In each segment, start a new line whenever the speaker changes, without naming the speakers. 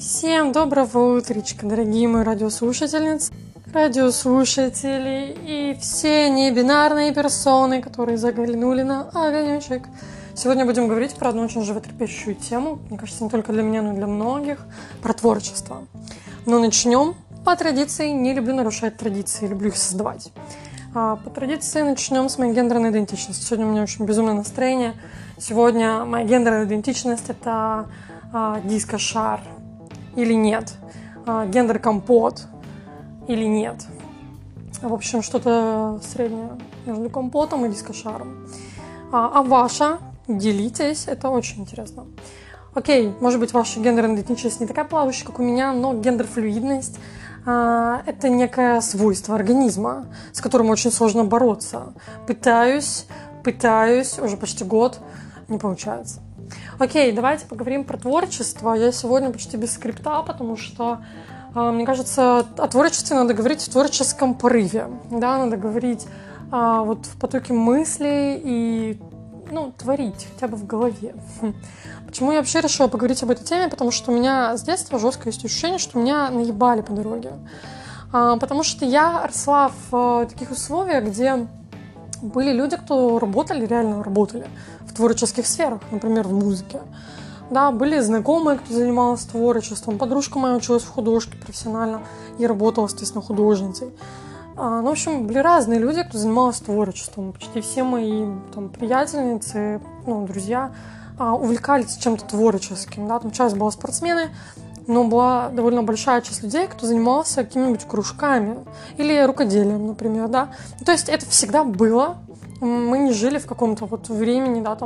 Всем доброго утречка, дорогие мои радиослушательницы, радиослушатели и все небинарные персоны, которые заглянули на огонечек. Сегодня будем говорить про одну очень животрепещущую тему, мне кажется, не только для меня, но и для многих, про творчество. Но начнем по традиции, не люблю нарушать традиции, люблю их создавать. По традиции начнем с моей гендерной идентичности. Сегодня у меня очень безумное настроение. Сегодня моя гендерная идентичность – это диско-шар или нет, гендер-компот или нет. В общем, что-то среднее между компотом и диско-шаром. А ваша? Делитесь, это очень интересно. Окей, может быть, ваша гендерная идентичность не такая плавающая, как у меня, но гендер-флюидность – это некое свойство организма, с которым очень сложно бороться. Пытаюсь, уже почти год, не получается. Окей, давайте поговорим про творчество. Я сегодня почти без скрипта, потому что, мне кажется, о творчестве надо говорить в творческом порыве. Да, надо говорить вот в потоке мыслей и творить хотя бы в голове. Почему я вообще решила поговорить об этой теме? Потому что у меня с детства жестко есть ощущение, что меня наебали по дороге. Потому что я росла в таких условиях, где были люди, кто реально работали в творческих сферах, например, в музыке. Да, были знакомые, кто занимался творчеством. Подружка моя училась в художке профессионально и работала, естественно, художницей. В общем, были разные люди, кто занимался творчеством. Почти все мои приятельницы, друзья увлекались чем-то творческим. Да? Там часть была спортсмены, но была довольно большая часть людей, кто занимался какими-нибудь кружками или рукоделием, например, да. То есть это всегда было. Мы не жили в каком-то времени, да,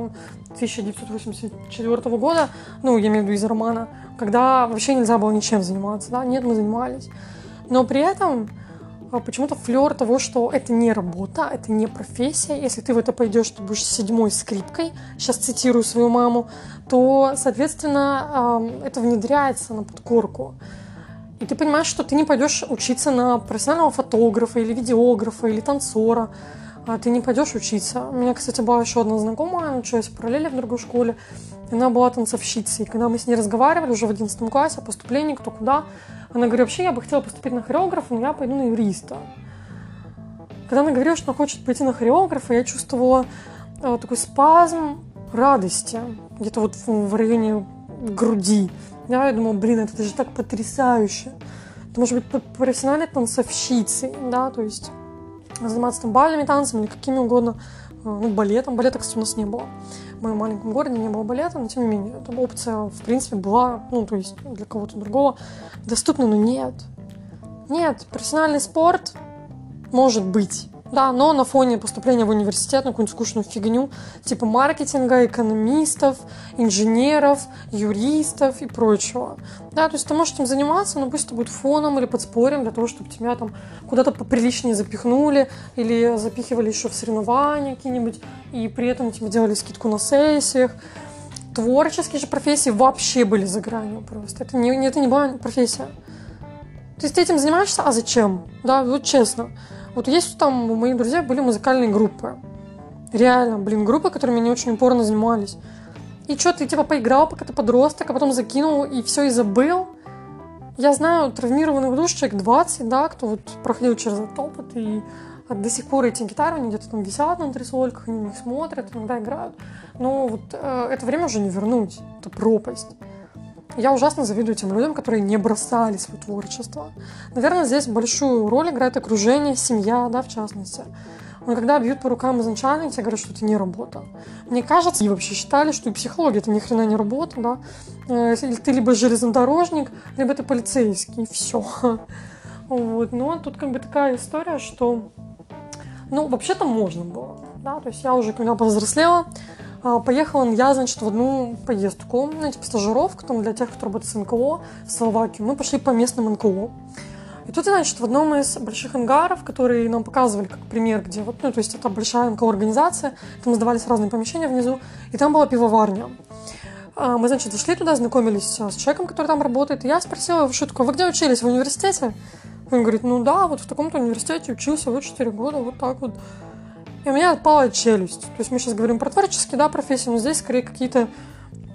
1984 года, я имею в виду из романа, когда вообще нельзя было ничем заниматься, да. Нет, мы занимались. Но при этом почему-то флёр того, что это не работа, это не профессия. Если ты в это пойдешь, ты будешь седьмой скрипкой, сейчас цитирую свою маму, то, соответственно, это внедряется на подкорку. И ты понимаешь, что ты не пойдешь учиться на профессионального фотографа или видеографа или танцора. Ты не пойдешь учиться. У меня, кстати, была еще одна знакомая, училась в параллели в другой школе. Она была танцовщицей. Когда мы с ней разговаривали уже в 11 классе о поступлении, кто куда, она говорит: вообще я бы хотела поступить на хореографа, но я пойду на юриста. Когда она говорила, что она хочет пойти на хореографа, я чувствовала такой спазм радости, где-то в районе груди. Я думала, это же так потрясающе. Ты можешь быть профессиональной танцовщицей, да, то есть заниматься бальными танцами или какими угодно, балетом. Балета, кстати, у нас не было. В моем маленьком городе не было балета, но тем не менее, эта опция, в принципе, была, то есть для кого-то другого доступна, но нет. Нет, профессиональный спорт может быть, да, но на фоне поступления в университет на какую-нибудь скучную фигню, типа маркетинга, экономистов, инженеров, юристов и прочего. Да, то есть ты можешь этим заниматься, но пусть это будет фоном или подспорьем для того, чтобы тебя куда-то поприличнее запихнули или запихивали еще в соревнования какие-нибудь, и при этом тебе делали скидку на сессиях. Творческие же профессии вообще были за гранью просто. Это не была профессия. То есть ты этим занимаешься, а зачем? Да, честно. Есть у моих друзей были музыкальные группы. Реально, группы, которыми они очень упорно занимались. И что, ты поиграл, пока ты подросток, а потом закинул и все, и забыл? Я знаю травмированных душ, человек 20, да, кто проходил через этот опыт, и до сих пор эти гитары, они где-то висят на антресольках, они на них смотрят, иногда играют. Но это время уже не вернуть, это пропасть. Я ужасно завидую тем людям, которые не бросали свое творчество. Наверное, здесь большую роль играет окружение, семья, да, в частности. Но когда бьют по рукам изначально, тебе говорят, что это не работа. Мне кажется, и вообще считали, что и психология это ни хрена не работа, да. Ты либо железнодорожник, либо ты полицейский, и все. Но тут такая история, что, вообще-то можно было, да. То есть я уже, когда повзрослела, поехала я, в одну поездку, стажировку для тех, кто работает с НКО в Словакию. Мы пошли по местным НКО. И тут, в одном из больших ангаров, которые нам показывали как пример, где то есть это большая НКО-организация, там сдавались разные помещения внизу, и там была пивоварня. Мы, зашли туда, знакомились с человеком, который там работает, и я спросила его в шутку: вы где учились, в университете? Он говорит: да, в таком-то университете учился, 4 года, так. И у меня отпала челюсть. То есть мы сейчас говорим про творческие, да, профессии, но здесь скорее какие-то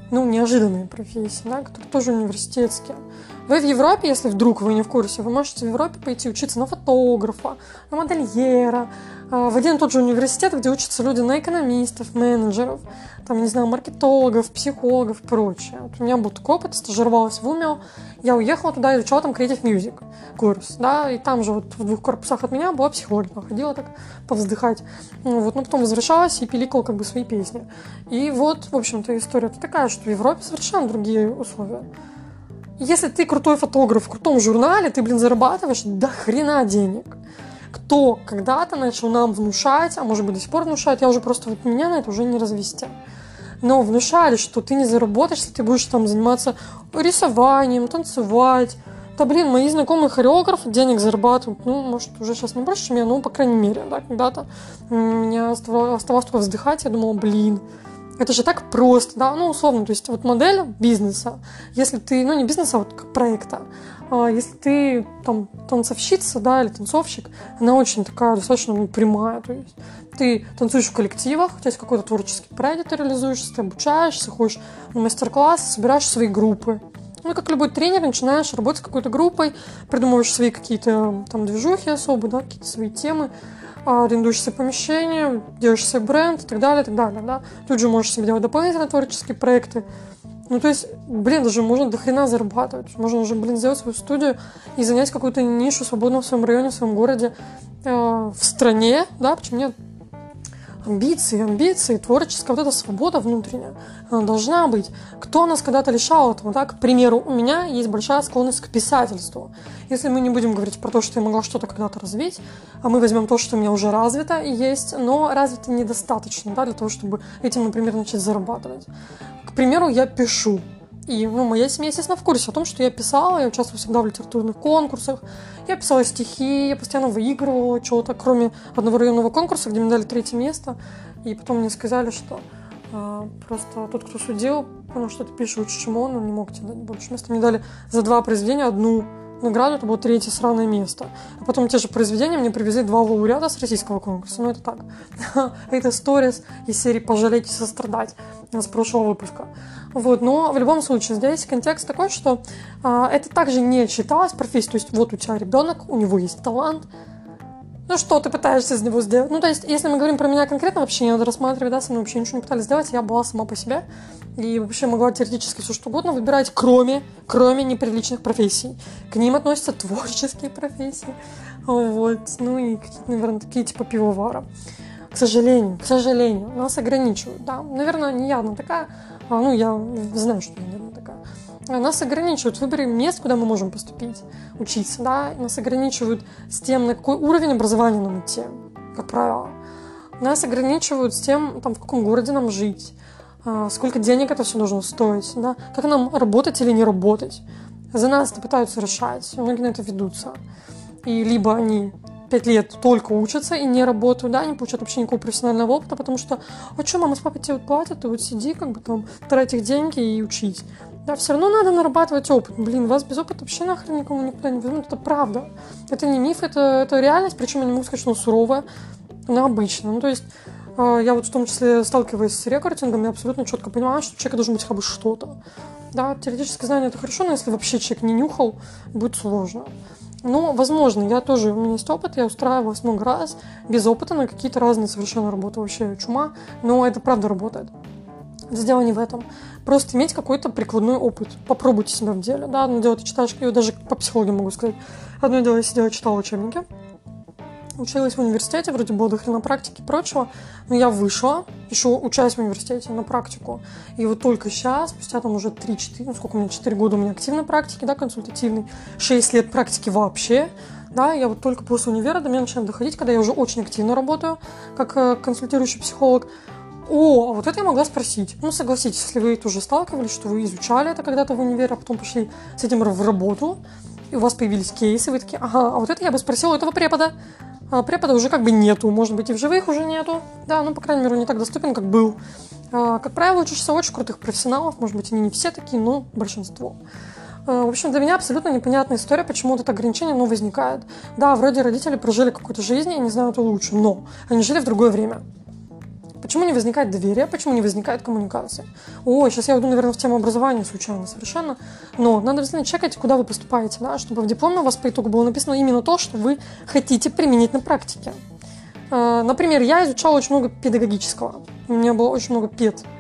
неожиданные профессии, да, которые тоже университетские. Вы в Европе, если вдруг вы не в курсе, вы можете в Европе пойти учиться на фотографа, на модельера, в один и тот же университет, где учатся люди на экономистов, менеджеров, там, не знаю, маркетологов, психологов и прочее. Вот у меня был такой опыт, стажировалась в УМИО, я уехала туда, изучала там Creative Music курс, да, и там же вот в 2 корпусах от меня была психология, ходила так повздыхать, но потом возвращалась и пиликала как бы свои песни. И вот, в общем-то, история-то такая, что в Европе совершенно другие условия. Если ты крутой фотограф в крутом журнале, ты, зарабатываешь до хрена денег. Кто когда-то начал нам внушать, а может быть до сих пор внушает, я уже просто, меня на это уже не развести. Но внушали, что ты не заработаешь, если ты будешь там заниматься рисованием, танцевать. Да, мои знакомые хореографы денег зарабатывают, может, уже сейчас не больше, чем я, по крайней мере, да, когда-то меня оставалось только вздыхать, я думала, это же так просто, да, условно, то есть вот модель бизнеса, если ты, не бизнеса, а вот как проекта, если ты там танцовщица, да, или танцовщик, она очень такая достаточно прямая, то есть ты танцуешь в коллективах, у тебя есть какой-то творческий проект, ты реализуешься, ты обучаешься, ходишь на мастер-классы, собираешь свои группы. Как любой тренер, начинаешь работать с какой-то группой, придумываешь свои какие-то там движухи особые, да, какие-то свои темы, арендуешь себе помещение, делаешь себе бренд и так далее, да. Тут же можешь себе делать дополнительные творческие проекты. То есть, даже можно до хрена зарабатывать. Можно уже, сделать свою студию и занять какую-то нишу свободно в своем районе, в своем городе, в стране, да, почему нет? Амбиции, творческая вот эта свобода внутренняя, она должна быть. Кто нас когда-то лишал этого, да? К примеру, у меня есть большая склонность к писательству. Если мы не будем говорить про то, что я могла что-то когда-то развить, а мы возьмем то, что у меня уже развито и есть, но развито недостаточно, да, для того, чтобы этим, например, начать зарабатывать. К примеру, я пишу. И моя семья, естественно, в курсе о том, что я писала, я участвовала всегда в литературных конкурсах, я писала стихи, я постоянно выигрывала что-то, кроме одного районного конкурса, где мне дали 3 место, и потом мне сказали, что просто тот, кто судил, понял, что ты пишешь лучше, чем он не мог тебе дать больше места. Мне дали за 2 произведения 1 награду, это было 3 сраное место. А потом те же произведения мне привезли 2 лауреата с российского конкурса. Это так. Это сторис из серии «Пожалеть и сострадать» с прошлого выпуска. Но в любом случае здесь контекст такой, что это также не считалось профессией. То есть вот у тебя ребенок, у него есть талант. Что ты пытаешься из него сделать? То есть, если мы говорим про меня конкретно, вообще не надо рассматривать, да, со мной вообще ничего не пытались сделать, я была сама по себе, и вообще могла теоретически все что угодно выбирать, кроме неприличных профессий. К ним относятся творческие профессии, и какие-то, наверное, такие типа пивовара. К сожалению, нас ограничивают, да, наверное, не я одна такая, я знаю, что я не одна такая. Нас ограничивают в выборе мест, куда мы можем поступить, учиться, да, нас ограничивают с тем, на какой уровень образования нам идти, как правило. Нас ограничивают с тем, в каком городе нам жить, сколько денег это все должно стоить, да, как нам работать или не работать. За нас это пытаются решать, многие на это ведутся. И либо они 5 лет только учатся и не работают, да, не получают вообще никакого профессионального опыта, потому что, что мама с папой тебе платят, ты сиди, трать их деньги и учись. Да, все равно надо нарабатывать опыт. Вас без опыта вообще нахрен никому никуда не возьмут. Это правда. Это не миф, это реальность, причем я не могу сказать, что она суровая, она обычная. То есть я в том числе сталкиваясь с рекрутингом, я абсолютно четко понимаю, что у человека должно быть хотя бы что-то. Да, теоретическое знание это хорошо, но если вообще человек не нюхал, будет сложно. Возможно, у меня есть опыт, я устраивалась много раз без опыта на какие-то разные совершенно работы, вообще чума, но это правда работает. Дело не в этом. Просто иметь какой-то прикладной опыт. Попробуйте себя в деле. Да, одно дело ты читаешь, я даже по психологии могу сказать. Одно дело я сидела, читала учебники. Училась в университете, вроде было до хрена практики и прочего. Но я вышла, еще учась в университете, на практику. И только сейчас, спустя уже 3-4, сколько у меня, 4 года у меня активной практики, да, консультативной, 6 лет практики вообще. Да, я только после универа до меня начинает доходить, когда я уже очень активно работаю, как консультирующий психолог. А это я могла спросить. Согласитесь, если вы тоже сталкивались, что вы изучали это когда-то в универе, а потом пошли с этим в работу, и у вас появились кейсы, вы такие, это я бы спросила у этого препода. А препода уже нету, может быть, и в живых уже нету. Да, по крайней мере, он не так доступен, как был. Как правило, учишься очень крутых профессионалов, может быть, они не все такие, но большинство. В общем, для меня абсолютно непонятная история, почему это ограничение, возникает. Да, вроде родители прожили какую-то жизнь, и не знаю, это лучше, но они жили в другое время. Почему не возникает доверие, почему не возникает коммуникация? Ой, сейчас я уйду, наверное, в тему образования случайно совершенно, но надо обязательно чекать, куда вы поступаете, да, чтобы в дипломе у вас по итогу было написано именно то, что вы хотите применить на практике. Например, я изучала очень много педагогического, у меня было очень много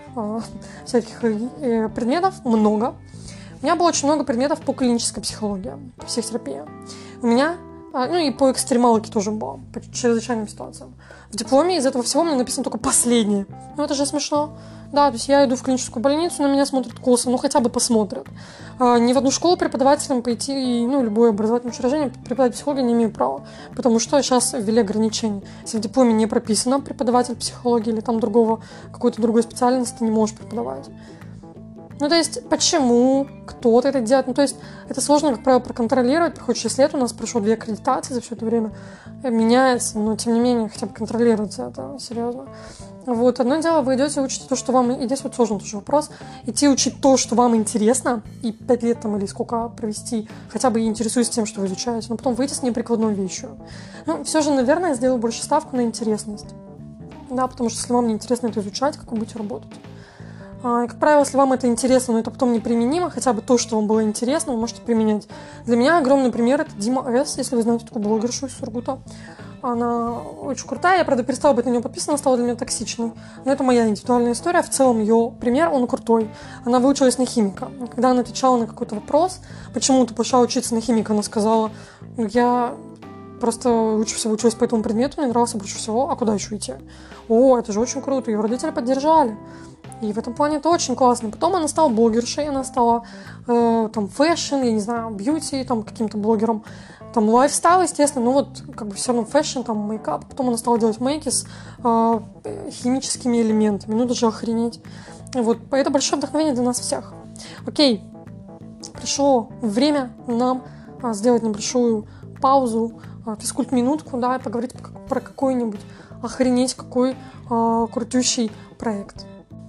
всяких предметов, много. У меня было очень много предметов по клинической психологии, по психотерапии. У меня, и по экстремалке тоже было, по чрезвычайным ситуациям. В дипломе из этого всего мне написано только последнее. Это же смешно. Да, то есть я иду в клиническую больницу, на меня смотрят косо, хотя бы посмотрят. Ни в одну школу преподавателям пойти, любое образовательное учреждение преподавать психологию не имею права, потому что сейчас ввели ограничения. Если в дипломе не прописано преподаватель психологии или там какой-то другой специальности, ты не можешь преподавать. То есть, почему кто-то это делает? То есть, это сложно, как правило, проконтролировать. Проходит 6 лет, у нас прошло 2 аккредитации за все это время. Меняется, но, тем не менее, хотя бы контролируется это серьезно. Одно дело, вы идете учить то, что вам... И здесь сложный тоже вопрос. Идти учить то, что вам интересно, и 5 лет или сколько провести, хотя бы интересуясь тем, что вы изучаете, но потом выйти с неприкладной вещью. Все же, наверное, я сделаю больше ставку на интересность. Да, потому что если вам не интересно это изучать, как вы будете работать? И, как правило, если вам это интересно, но это потом неприменимо, хотя бы то, что вам было интересно, вы можете применять. Для меня огромный пример — это Дима С., если вы знаете такую блогершу из Сургута. Она очень крутая, я, правда, перестала быть на нее подписана, стала для меня токсичной. Но это моя индивидуальная история, в целом ее пример, он крутой. Она выучилась на химика. Когда она отвечала на какой-то вопрос, почему ты пошла учиться на химика, она сказала, я просто лучше всего училась по этому предмету, мне нравился больше всего, а куда еще идти? Это же очень круто, ее родители поддержали. И в этом плане это очень классно. Потом она стала блогершей, она стала фэшн, я не знаю, бьюти, каким-то блогером. Лайфстайл, естественно, все равно фэшн, мейкап. Потом она стала делать мейки с химическими элементами. Даже охренеть. Это большое вдохновение для нас всех. Окей, пришло время нам сделать небольшую паузу, физкульт-минутку, и поговорить про какой-нибудь охренеть какой крутющий проект.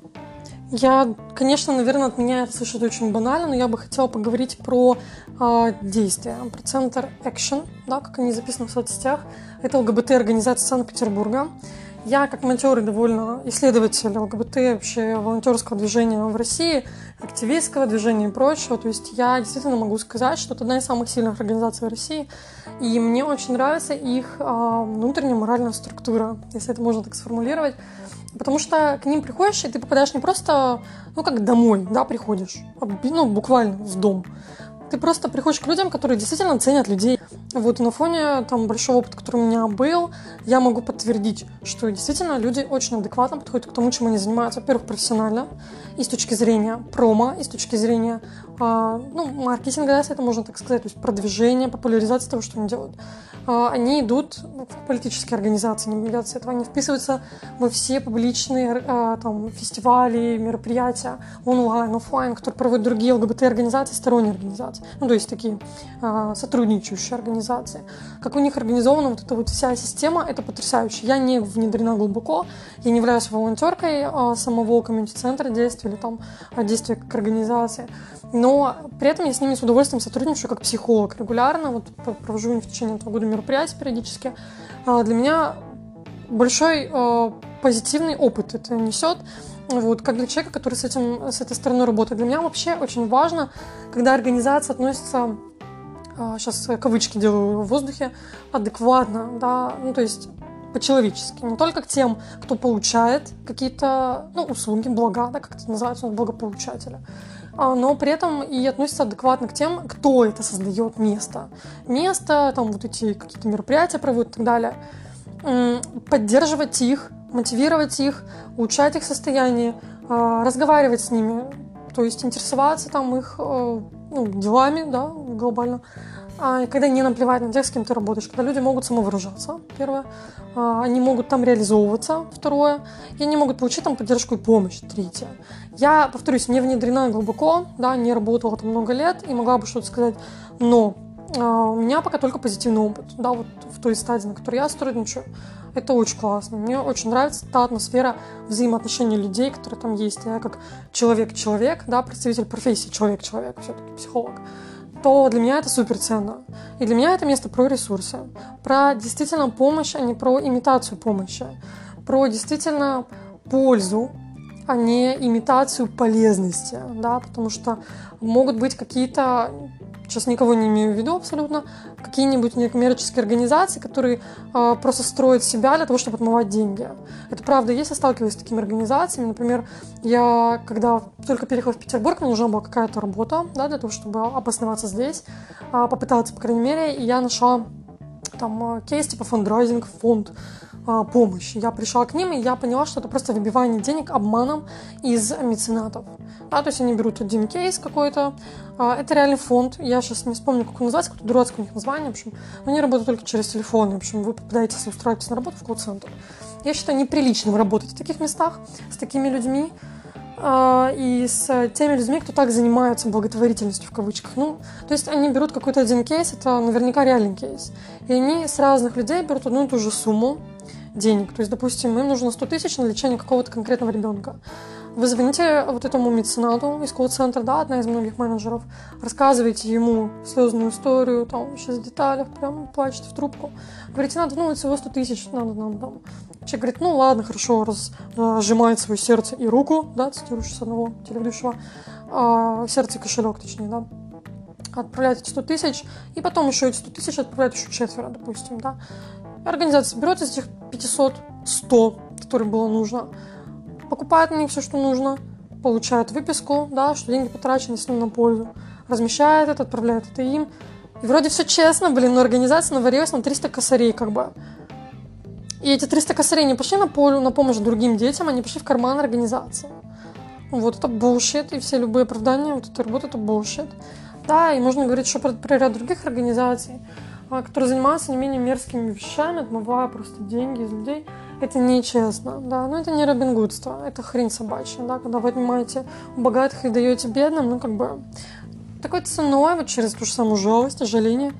Я, конечно, наверное, от меня это слышит очень банально, но я бы хотела поговорить про действия, про центр Action, как они записаны в соцсетях. Это ЛГБТ-организация Санкт-Петербурга. Я, как матерый довольно исследователь ЛГБТ, вообще волонтерского движения в России, активистского движения и прочего, то есть я действительно могу сказать, что это одна из самых сильных организаций в России, и мне очень нравится их внутренняя моральная структура, если это можно так сформулировать. Потому что к ним приходишь, и ты попадаешь не просто, как домой, приходишь, буквально в дом. Ты просто приходишь к людям, которые действительно ценят людей. И на фоне большого опыта, который у меня был, я могу подтвердить, что действительно люди очень адекватно подходят к тому, чем они занимаются. Во-первых, профессионально, и с точки зрения промо, и с точки зрения маркетинга, если это можно так сказать, то есть продвижения, популяризации того, что они делают. Они идут в политические организации, не боятся этого, они вписываются во все публичные фестивали, мероприятия онлайн, офлайн, которые проводят другие ЛГБТ-организации, сторонние организации. То есть такие сотрудничающие организации. Как у них организована эта вся система, это потрясающе. Я не внедрена глубоко, я не являюсь волонтеркой самого комьюнити-центра действия или действия как организации, но при этом я с ними с удовольствием сотрудничаю как психолог регулярно, провожу в течение этого года мероприятия периодически. Для меня большой позитивный опыт это несет. Как для человека, который с этой стороной работает. Для меня вообще очень важно, когда организация относится, сейчас кавычки делаю в воздухе, адекватно, то есть по-человечески. Не только к тем, кто получает какие-то услуги, блага, как это называется, благополучатели, но при этом и относится адекватно к тем, кто это создает место. Эти какие-то мероприятия проводят и так далее. Поддерживать их, мотивировать их, улучшать их состояние, разговаривать с ними, то есть интересоваться их делами, глобально. Когда не наплевать на тех, с кем ты работаешь, когда люди могут самовыражаться, первое, они могут там реализовываться, второе, и они могут получить поддержку и помощь, третье. Я, повторюсь, не внедрена глубоко, не работала там много лет и могла бы что-то сказать, но у меня пока только позитивный опыт, в той стадии, на которой я сотрудничаю. Это очень классно. Мне очень нравится та атмосфера взаимоотношений людей, которые там есть. Я как человек-человек, представитель профессии человек-человек, все-таки психолог, то для меня это суперценно. И для меня это место про ресурсы, про действительно помощь, а не про имитацию помощи, про действительно пользу, а не имитацию полезности, да, потому что могут быть какие-то, сейчас никого не имею в виду абсолютно, какие-нибудь некоммерческие организации, которые просто строят себя для того, чтобы отмывать деньги. Это правда есть, я сталкиваюсь с такими организациями. Например, я, когда только переехала в Петербург, мне нужна была какая-то работа, да, для того, чтобы обосноваться здесь, попытаться, по крайней мере, и я нашла там кейс типа фандрайзинг, фонд помощи. Я пришла к ним, и я поняла, что это просто выбивание денег обманом из меценатов. Да, то есть они берут один кейс какой-то, это реальный фонд, я сейчас не вспомню, как он называется, какое-то дурацкое у них название, в общем, но они работают только через телефон, в общем, вы попадаете, если устраиваетесь на работу в колл-центр. Я считаю неприличным работать в таких местах с такими людьми и с теми людьми, кто так занимается благотворительностью в кавычках. Ну, то есть они берут какой-то один кейс, это наверняка реальный кейс, и они с разных людей берут одну и ту же сумму денег. То есть, допустим, им нужно 100 тысяч на лечение какого-то конкретного ребенка. Вы звоните вот этому меценату из колл-центра, да, одна из многих менеджеров, рассказываете ему слезную историю, там, сейчас в деталях, прям плачете в трубку. Говорите, надо, ну, всего 100 тысяч, надо нам там. Человек говорит, ну, ладно, хорошо, сжимает свое сердце и руку, да, цитирую сейчас одного телеведущего, сердце и кошелек, точнее, да, отправляет эти 100 тысяч, и потом еще эти 100 тысяч отправляют еще 4, допустим, да. Организация берет из этих 500 100, которые было нужно, покупает на них все, что нужно, получает выписку, да, что деньги потрачены с ним на пользу, размещает это, отправляет это им. И вроде все честно, но организация наварилась на 300 косарей, как бы. И эти 300 косарей не пошли на помощь другим детям, они пошли в карман организации. Вот это bullshit, и все любые оправдания вот этой работы, это bullshit. Да, и можно говорить еще про ряд других организаций, которые занимаются не менее мерзкими вещами, отмывая просто деньги из людей. Это нечестно, да, но это не робингудство, это хрень собачья, да, когда вы отнимаете у богатых и даете бедным, ну, как бы, такой ценой, вот через ту же самую жалость, жаление,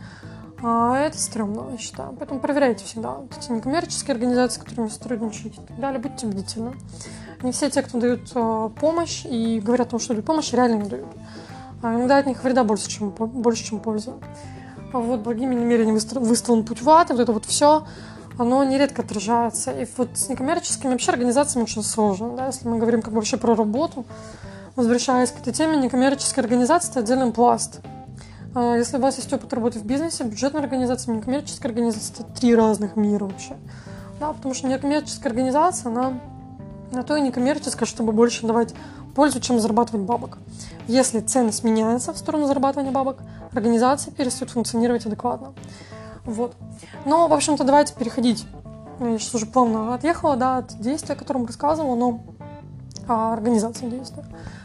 это стрёмно, я считаю. Поэтому проверяйте всегда вот эти некоммерческие организации, с которыми сотрудничаете и так далее, будьте бдительны. Не все те, кто дают помощь и говорят о том, что дают помощь, реально не дают. Иногда от них вреда больше, чем пользы. Вот благими намерениями выстлан путь в ад, и вот это вот все, оно нередко отражается. И вот с некоммерческими вообще организациями очень сложно. Да? Если мы говорим как бы вообще про работу, возвращаясь к этой теме, некоммерческие организации – это отдельный пласт. Если у вас есть опыт работы в бизнесе, бюджетная организация, некоммерческая организация – это 3 разных мира вообще. Да? Потому что некоммерческая организация, она на то и некоммерческая, чтобы больше давать пользу, чем зарабатывать бабок. Если ценность меняется в сторону зарабатывания бабок, организация перестает функционировать адекватно. Вот. Но, в общем-то, давайте переходить. Я сейчас уже плавно отъехала, да, от действия, о котором рассказывала, но организации действия.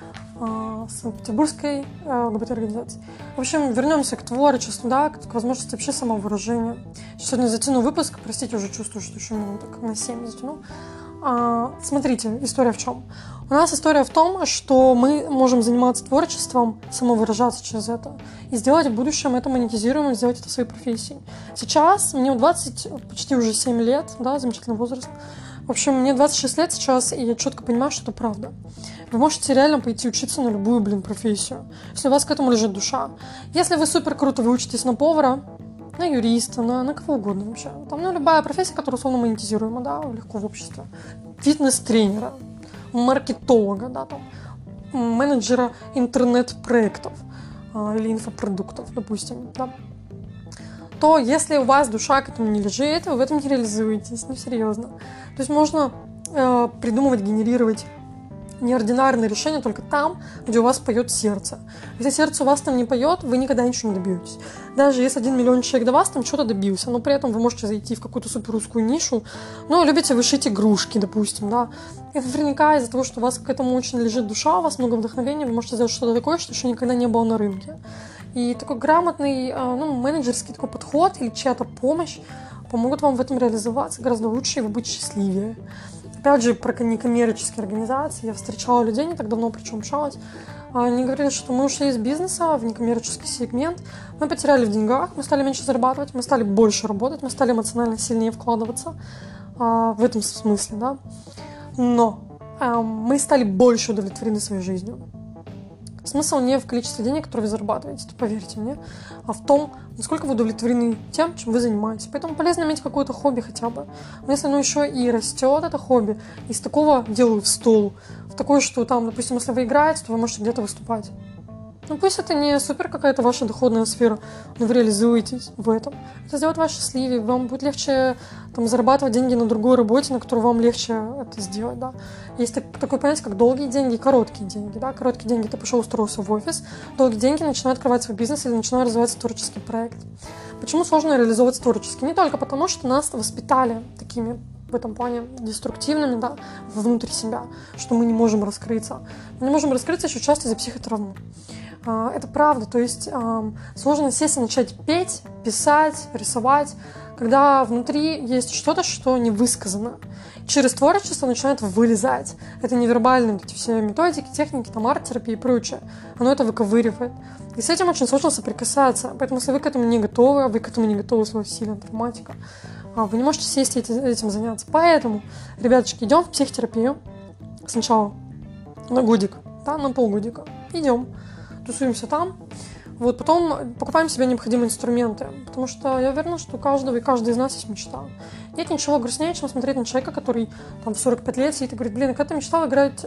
Санкт-Петербургской ЛГБТ-организации. В общем, вернемся к творчеству, да, к возможности вообще самовыражения. Сегодня затяну выпуск, простите, уже чувствую, что еще минут так на 7 затяну. Смотрите, история в чем? У нас история в том, что мы можем заниматься творчеством, самовыражаться через это и сделать в будущем это монетизируемым, сделать это своей профессией. Сейчас мне 20, почти уже 7 лет, да, замечательный возраст. В общем, мне 26 лет сейчас, и я четко понимаю, что это правда. Вы можете реально пойти учиться на любую, профессию, если у вас к этому лежит душа. Если вы супер круто выучитесь на повара, на юриста, на кого угодно вообще. Там, любая профессия, которая условно монетизируема, да, легко в обществе. Фитнес-тренера, маркетолога, да, там, менеджера интернет-проектов или инфопродуктов, допустим, да. То если у вас душа к этому не лежит, вы в этом не реализуетесь, серьезно. То есть можно придумывать, генерировать неординарные решения только там, где у вас поет сердце. Если сердце у вас там не поет, вы никогда ничего не добьетесь. Даже если 1 миллион человек до вас там что-то добился, но при этом вы можете зайти в какую-то суперузкую нишу, любите вы шить игрушки, допустим, да, и наверняка из-за того, что у вас к этому очень лежит душа, у вас много вдохновения, вы можете сделать что-то такое, что еще никогда не было на рынке. И такой грамотный, менеджерский такой подход или чья-то помощь помогут вам в этом реализоваться гораздо лучше, и вы будете счастливее. Опять же, про некоммерческие организации. Я встречала людей не так давно, причем общалась. Они говорили, что мы ушли из бизнеса в некоммерческий сегмент, мы потеряли в деньгах, мы стали меньше зарабатывать, мы стали больше работать, мы стали эмоционально сильнее вкладываться в этом смысле, да. Но мы стали больше удовлетворены своей жизнью. Смысл не в количестве денег, которые вы зарабатываете, поверьте мне, а в том, насколько вы удовлетворены тем, чем вы занимаетесь. Поэтому полезно иметь какое-то хобби хотя бы. Но если оно еще и растет, это хобби, из такого делают стол, в такое, что там, допустим, если вы играете, то вы можете где-то выступать. Ну пусть это не супер какая-то ваша доходная сфера, но вы реализуетесь в этом. Это сделает вас счастливее, вам будет легче там, зарабатывать деньги на другой работе, на которой вам легче это сделать, да. Есть такое понятие, как долгие деньги и короткие деньги, да. Короткие деньги — ты пошел устроился в офис, долгие деньги — начинают открывать свой бизнес или начинают развиваться творческий проект. Почему сложно реализовывать творчески? Не только потому, что нас воспитали такими в этом плане деструктивными, да, внутри себя, что мы не можем раскрыться. Мы не можем раскрыться еще часто из-за психотравмы. Это правда, то есть сложно сесть и начать петь, писать, рисовать, когда внутри есть что-то, что не высказано. Через творчество начинает вылезать. Это невербальные эти все методики, техники, там, арт-терапия и прочее. Оно это выковыривает. И с этим очень сложно соприкасаться. Поэтому, если вы к этому не готовы, если у вас сильная травматика, вы не можете сесть и этим заняться. Поэтому, ребяточки, идем в психотерапию сначала на годик, да, на полгодика. Идем. Тусуемся там, вот, потом покупаем себе необходимые инструменты, потому что я уверена, что у каждого и каждой из нас есть мечта. Нет ничего грустнее, чем смотреть на человека, который там в 45 лет сидит и говорит: блин, я когда-то мечтал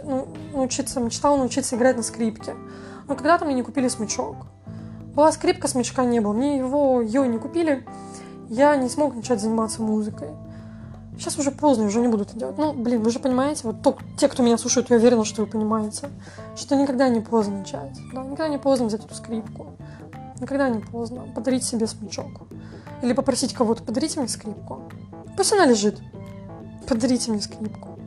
научиться играть на скрипке, но когда-то мне не купили смычок. Была скрипка, смычка не было, мне ее не купили, я не смог начать заниматься музыкой. Сейчас уже поздно, уже не буду это делать. Вы же понимаете, вот те, кто меня слушают, я уверена, что вы понимаете, что никогда не поздно начать. Да? Никогда не поздно взять эту скрипку. Никогда не поздно подарить себе смычок. Или попросить кого-то: подарите мне скрипку. Пусть она лежит. Подарите мне скрипку.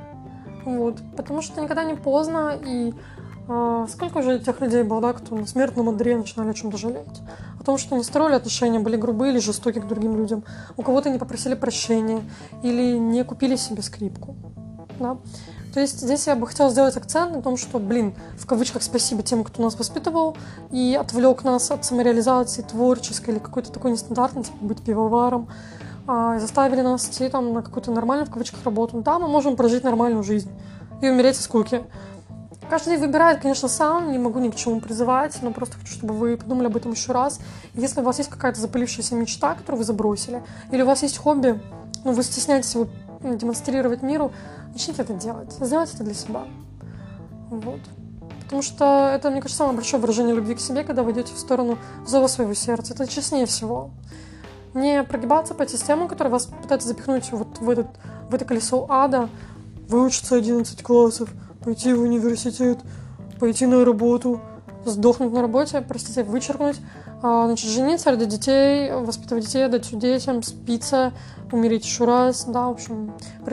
Вот. Потому что никогда не поздно, и сколько уже тех людей было, да, кто на смертном одре начинали о чем-то жалеть. О том, что не строили отношения, были грубые или жестоки к другим людям. У кого-то не попросили прощения или не купили себе скрипку. Да? То есть здесь я бы хотела сделать акцент на том, что, в кавычках, спасибо тем, кто нас воспитывал и отвлек нас от самореализации творческой или какой-то такой нестандартной, типа быть пивоваром, заставили нас идти там на какую-то нормальную, в кавычках, работу. Да, мы можем прожить нормальную жизнь и умереть от скуки. Каждый выбирает, конечно, сам, не могу ни к чему призывать, но просто хочу, чтобы вы подумали об этом еще раз. Если у вас есть какая-то запылившаяся мечта, которую вы забросили, или у вас есть хобби, вы стесняетесь его демонстрировать миру, начните это делать. Сделайте это для себя. Вот. Потому что это, мне кажется, самое большое выражение любви к себе, когда вы идете в сторону зова своего сердца. Это честнее всего. Не прогибаться по системам, которые вас пытаются запихнуть вот в это колесо ада, выучиться 11 классов, пойти в университет, пойти на работу, сдохнуть на работе, вычеркнуть, жениться, родить детей, воспитывать детей, дать детям, спиться, умереть еще раз, да, в общем,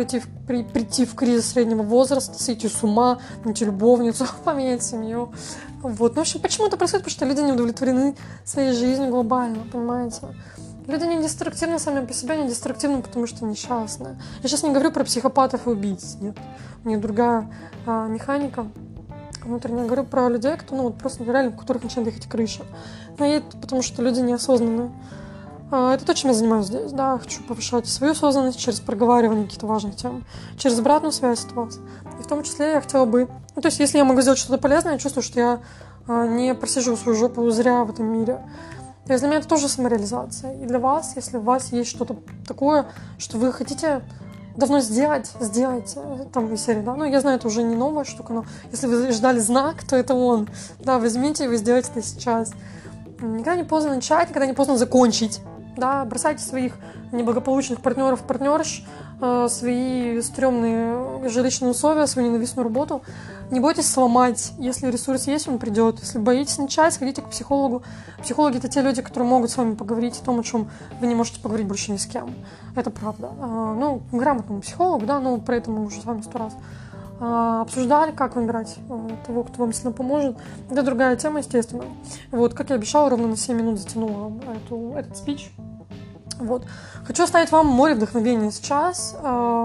прийти в кризис среднего возраста, сойти с ума, найти любовницу, поменять семью. Вот. В общем, почему это происходит? Потому что люди не удовлетворены своей жизнью глобально, понимаете? Люди не деструктивны сами по себе, не деструктивны, потому что несчастны. Я сейчас не говорю про психопатов и убийц, нет. У них другая механика внутренняя. Я говорю про людей, кто, просто реально, у которых начинает ехать крыша. Но это потому что люди неосознанные. Это то, чем я занимаюсь здесь, да. Хочу повышать свою осознанность через проговаривание каких-то важных тем, через обратную связь от вас. И в том числе я хотела бы... то есть, если я могу сделать что-то полезное, я чувствую, что я не просижу свою жопу зря в этом мире. То есть для меня это тоже самореализация. И для вас, если у вас есть что-то такое, что вы хотите давно сделать, сделайте. Там из серии, да. Я знаю, это уже не новая штука, но если вы ждали знак, то это он. Да, возьмите и вы сделаете это сейчас. Никогда не поздно начать, никогда не поздно закончить. Да, бросайте своих неблагополучных партнерш, свои стрёмные жилищные условия, свою ненавистную работу. Не бойтесь сломать. Если ресурс есть, он придет. Если боитесь начать, сходите к психологу. Психологи — это те люди, которые могут с вами поговорить о том, о чем вы не можете поговорить больше ни с кем. Это правда. Грамотному психологу, да, про это мы уже с вами 100 раз обсуждали, как выбирать того, кто вам сильно поможет. Это другая тема, естественно. Вот, как я обещала, ровно на 7 минут затянула этот спич. Вот. Хочу оставить вам море вдохновения сейчас.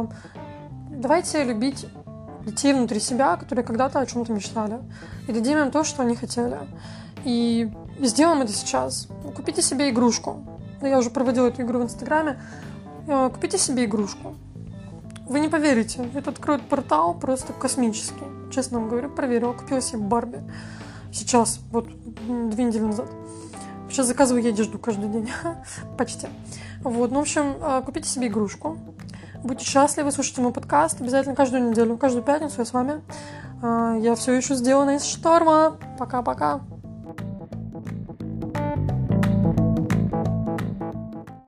Давайте любить детей внутри себя, которые когда-то о чем-то мечтали. И дадим им то, что они хотели. И сделаем это сейчас. Купите себе игрушку. Я уже проводила эту игру в Инстаграме. Купите себе игрушку. Вы не поверите, это откроет портал просто космический. Честно вам говорю, проверила. Купила себе Барби. сейчас, вот 2 недели назад. Сейчас заказываю я одежду каждый день. Почти. Вот, ну, в общем, купите себе игрушку. Будьте счастливы, слушайте мой подкаст. Обязательно каждую неделю, каждую пятницу я с вами. Я все еще сделана из шторма. Пока-пока.